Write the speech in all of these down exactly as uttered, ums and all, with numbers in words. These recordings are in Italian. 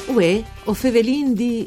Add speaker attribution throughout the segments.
Speaker 1: Uè, o fevelin di...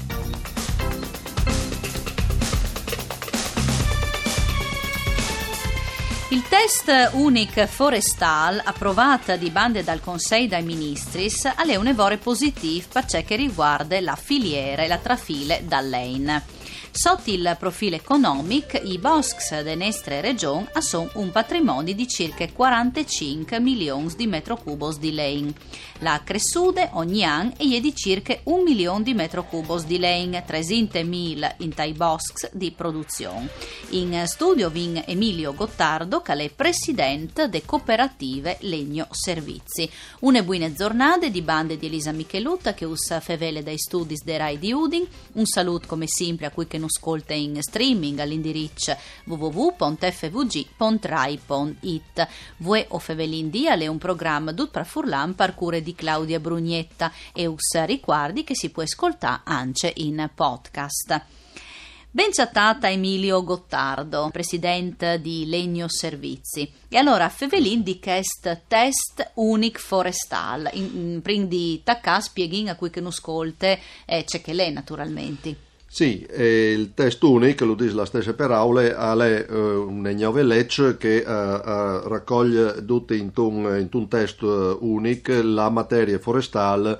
Speaker 2: Il test Unic Forestal, approvata di bande dal Conseil dei Ministris, è un evore positivo per ciò che riguarda la filiera e la trafile dall'Ein. Sotto il profilo economico, i boschi delle nostre regioni sono un patrimonio di circa quarantacinque milioni di metri cubi di legno. La cressude ogni anno è di circa un milione di metri cubi di legno, trecentomila in tai boschi di produzione. In studio vin Emilio Gottardo, che è presidente delle cooperative Legno Servizi. Une buone giornate di bande di Elisa Michelutta che usa fevele dai studi de Rai di Udin. Un saluto come sempre a cui che non ascolta in streaming all'indirizzo w w w punto f v g punto rai punto it. Vue o Fevelin Dia è un programma dut per Furlan per cure di Claudia Brugnetta e us ricordi che si può ascoltare anche in podcast. Ben chattata Emilio Gottardo, presidente di Legno Servizi. E allora Fevelin di quest test Unic Forestal. In, in prin di tacca spieghin a cui che non ascolte eh, c'è che lei naturalmente.
Speaker 3: Sì, eh, il test unic, lo dice la stessa parole, è uh, un nuove legge che uh, uh, raccoglie tutte in un, in un test uh, unic la materia forestale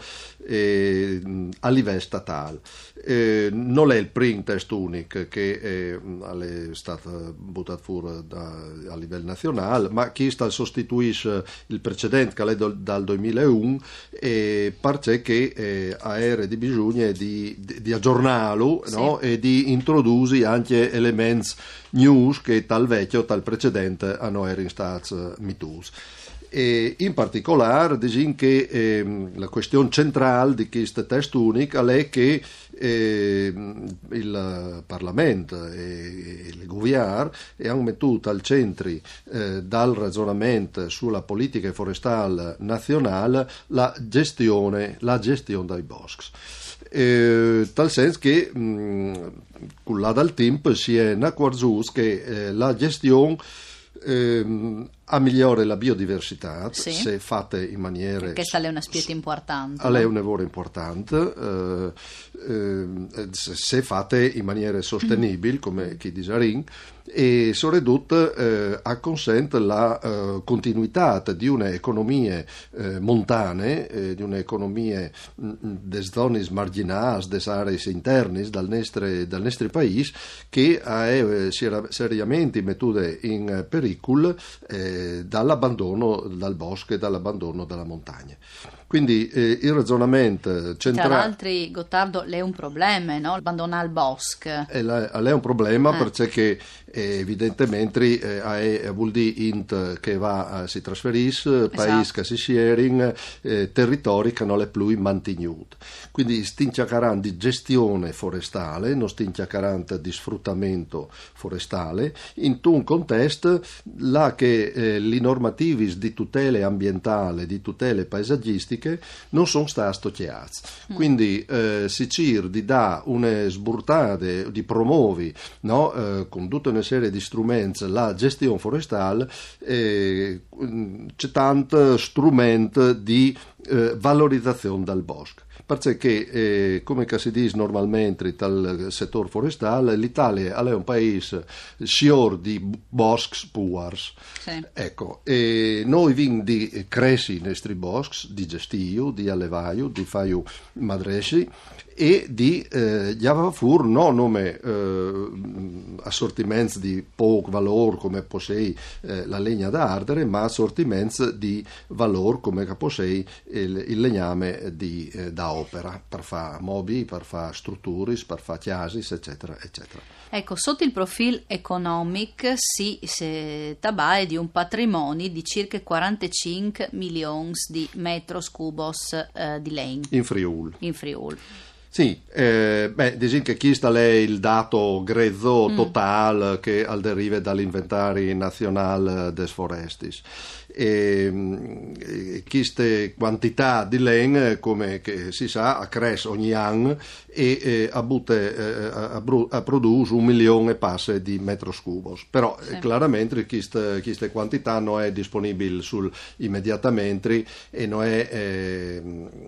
Speaker 3: eh, a livello statale. Eh, non è il primo test unic che eh, è stato buttato fuori da, a livello nazionale, ma chi sta sostituisce il precedente che è do, dal duemilauno eh, perché eh, ha di bisogno di, di, di aggiornarlo, sì. No? E di introdurre anche elementi news che tal vecchio tal precedente hanno erano stati mitus. E in particolare dicono che eh, la questione centrale di questo test unico è che eh, il Parlamento e il governo hanno messo al centro eh, dal ragionamento sulla politica forestale nazionale la gestione, la gestione dei boschi. Eh, tal senso che mh, con la dal tempo si è accorto che eh, la gestione eh, a migliore la biodiversità, sì. Se fatte in maniera...
Speaker 2: Questa è una spieta importante.
Speaker 3: È no? Un lavoro importante, eh, eh, se fatte in maniera sostenibile, come chi dice Ring, e soprattutto eh, a consente la eh, continuità di un'economia eh, montane, eh, di un'economia delle zone marginali, delle aree interne dal nostro, dal nostro paese, che è eh, seriamente messa in pericolo eh, dall'abbandono dal bosco e dall'abbandono della montagna. Quindi eh, il ragionamento centrale...
Speaker 2: Tra l'altro, Gottardo, è un problema, no? Abbandonare il bosco. È,
Speaker 3: è un problema
Speaker 2: eh.
Speaker 3: perché eh, evidentemente eh, è, vuol dire int che va, eh, si trasferisce, esatto. Paesi che si sharing, eh, territori che non è più mantenuti. Quindi stinciacaran di gestione forestale, non stinciacaran di sfruttamento forestale, in un contesto là che eh, le normativi di tutela ambientale, di tutele paesaggistiche non sono state stocchiate. Mm. Quindi eh, si cerca di dare una sburtata, di promuovi, no? eh, con tutta una serie di strumenti la gestione forestale, eh, c'è tanto strumento di eh, valorizzazione del bosco. Perché, eh, come si dice normalmente dal settore forestale, l'Italia è un paese signor di boschi puars. Sì. Ecco, e noi vin di cresci i nostri boschi, di gestio, di allevaio, di fare madresci e di eh, Javafur non come eh, assortimenti di poco valore come possei eh, la legna da ardere, ma assortimenti di valore come possei il, il legname di, eh, da opera per fare mobi, per fare strutture, per fare chiasis, eccetera, eccetera.
Speaker 2: Ecco, sotto il profilo economico si, si tabae di un patrimonio di circa quarantacinque milioni di metri cubi eh, di legno.
Speaker 3: In Friuli.
Speaker 2: In Friuli.
Speaker 3: Sì, eh, beh, diciamo che chi sta lì il dato grezzo mm. totale che al deriva dall'inventario nazionale des forestis. E queste quantità di legno, come che si sa, cresce ogni anno e eh, a, butte, eh, a, a produce un milione e passa di metri cubi. Però sì. eh, chiaramente queste, queste quantità non è disponibile sul, immediatamente e non è eh,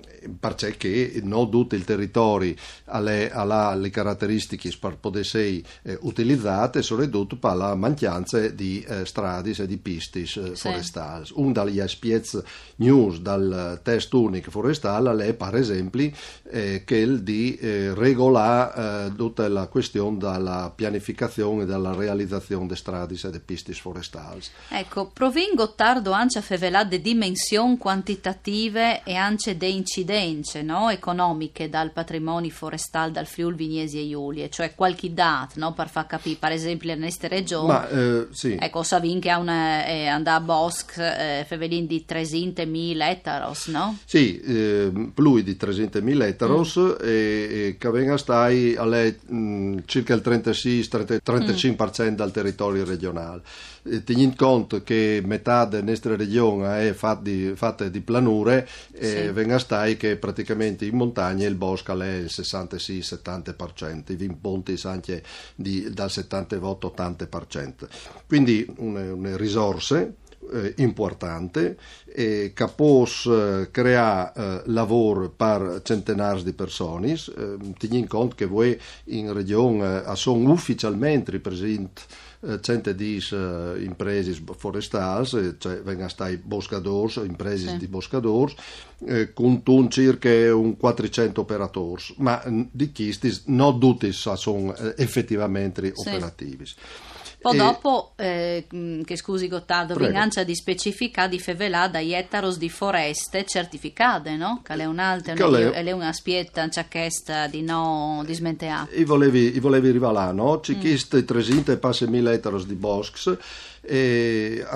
Speaker 3: perché non tutti i territori hanno le caratteristiche per poter essere eh, utilizzate, soprattutto per la mancanza di eh, strade e di piste eh, sì. forestali. Un degli aspetti news dal test unico forestale è per esempio eh, che il di eh, regolare eh, tutta la questione della pianificazione e della realizzazione di strade e di piste forestali.
Speaker 2: Ecco, provin Gottardo anche a fevelà de dimensioni quantitative e anche de incidenze, no? economiche dal patrimonio forestale dal Friuli Vignesi e Giulie, cioè qualche data, no? per far capire, per esempio nelle nostre regioni.
Speaker 3: Ma, eh, sì.
Speaker 2: Ecco, Savin che ha una eh, andà a Bosch eh, fevelin di trecentomila ettaros, no?
Speaker 3: Sì, eh, più di trecentomila ettaros mm. e, e che venga stai alle mh, circa il trentasei trentacinque per cento mm. del territorio regionale. Tenendo conto che metà delle nostre regioni è fatta di, fatta di planure, sì. eh, venga stai che praticamente in montagna il bosco è il sessantasei settanta per cento, i ponti anche di, dal settantotto ottanta per cento. Quindi una, una risorse eh, importante eh, che può eh, creare eh, lavoro per centinaia di persone, eh, tenendo conto che voi in regione eh, sono ufficialmente presenti centodieci uh, imprese forestali, cioè vengono stati boscadores, imprese sì. di boscadores, eh, con un circa un quattrocento operatori, ma di questi non tutti sono eh, effettivamente sì. operativi.
Speaker 2: Poi e... dopo, eh, che scusi Gottardo, vingancia di specifica di fevelà dagli ettaros di foreste certificate, no? Che è un'altra, è una spietta ciacchesta di no dismenteare.
Speaker 3: I volevi, i volevi rivalare, no? Ci chiesto mm. trecento e passe mila ettaros di boschi, e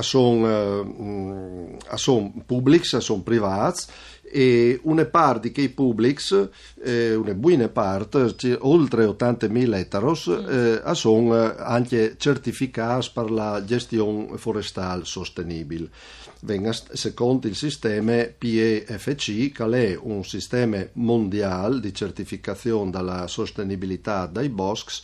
Speaker 3: sono uh, son pubblici, sono privati, e una parte che i pubblici, eh, una buona parte, cioè, oltre ottantamila ettaros, eh, sono anche certificati per la gestione forestale sostenibile. Venga secondo il sistema P E F C, che è un sistema mondiale di certificazione della sostenibilità dei boschi,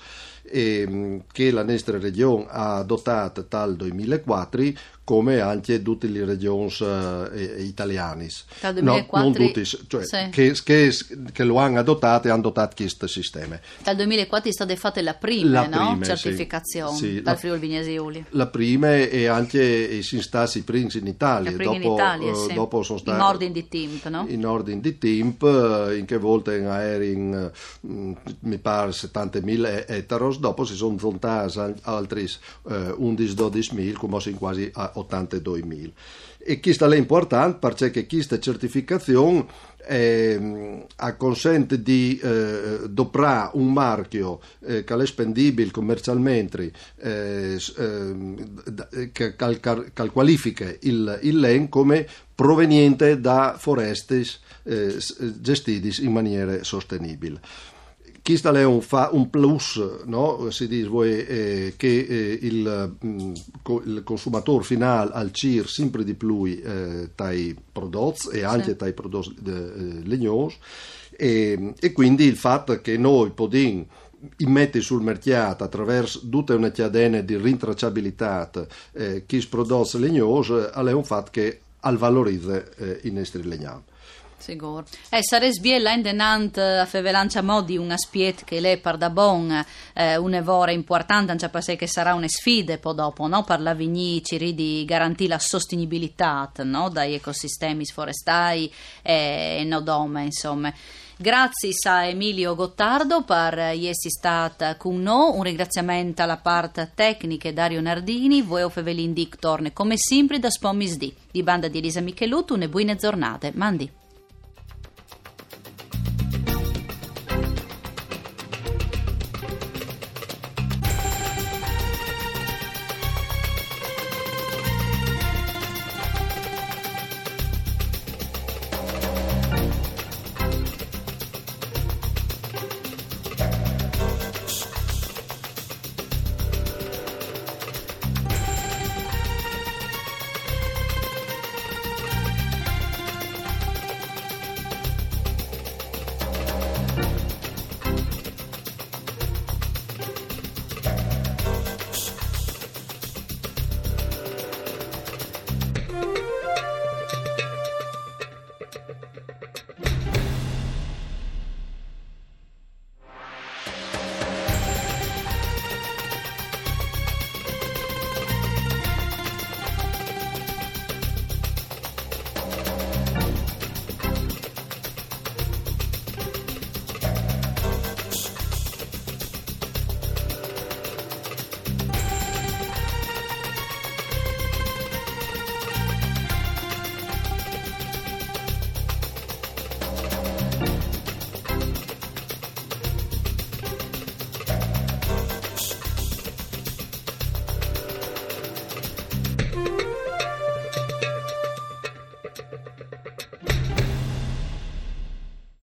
Speaker 3: e che la nostra regione ha adottato dal duemilaquattro, come anche tutte le regioni eh, italiane.
Speaker 2: Dal duemilaquattro,
Speaker 3: no, non tutti, cioè, sì. che, che, che lo hanno adottato e hanno adottato questo sistema.
Speaker 2: Dal duemilaquattro è stata fatta la prima, la no? prima certificazione
Speaker 3: sì, sì,
Speaker 2: dal
Speaker 3: la,
Speaker 2: Friuli Vignesi Giulie.
Speaker 3: La prima e anche si sta i primi in Italia.
Speaker 2: Dopo,
Speaker 3: in
Speaker 2: Italia
Speaker 3: uh,
Speaker 2: sì.
Speaker 3: dopo sono stati
Speaker 2: in ordine di tempo, no?
Speaker 3: In ordine di tempo, in che volte erano mi pare settantamila ettaros, dopo si sono zontati altri uh, undici dodici mila, come sono quasi a ottantaduemila. E questa è importante perché questa certificazione eh, consente di eh, doprare un marchio eh, che è spendibile commercialmente, eh, eh, che, che, che qualifica il, il len come proveniente da foreste eh, gestite in maniera sostenibile. Questo è un, fa, un plus, no? Si dice voi, eh, che eh, il, mh, il consumatore finale al C I R sempre di più eh, dai prodotti e anche sì. dai prodotti eh, legnosi, e, e quindi il fatto che noi possiamo immettere sul mercato attraverso tutta una catena di rintracciabilità eh, chi prodotti legnosi è un fatto che al valorizza eh, i nostri legnami.
Speaker 2: Sicuro. Eh, sarebbe biella indenant a fevelancia modi un aspetto che lei per da bon eh, un'evora importante, anche perché che sarà una sfida poi dopo, no? Per la vigni ci di garantire la sostenibilità, no? Dai ecosistemi forestali e eh, no dome, insomma. Grazie a Emilio Gottardo per essere stata con noi, un ringraziamento alla parte tecnica Dario Nardini, voi o Fevelin Dic torne come sempre da Spommis D, di banda di Elisa Michelut, une buone giornate, mandi.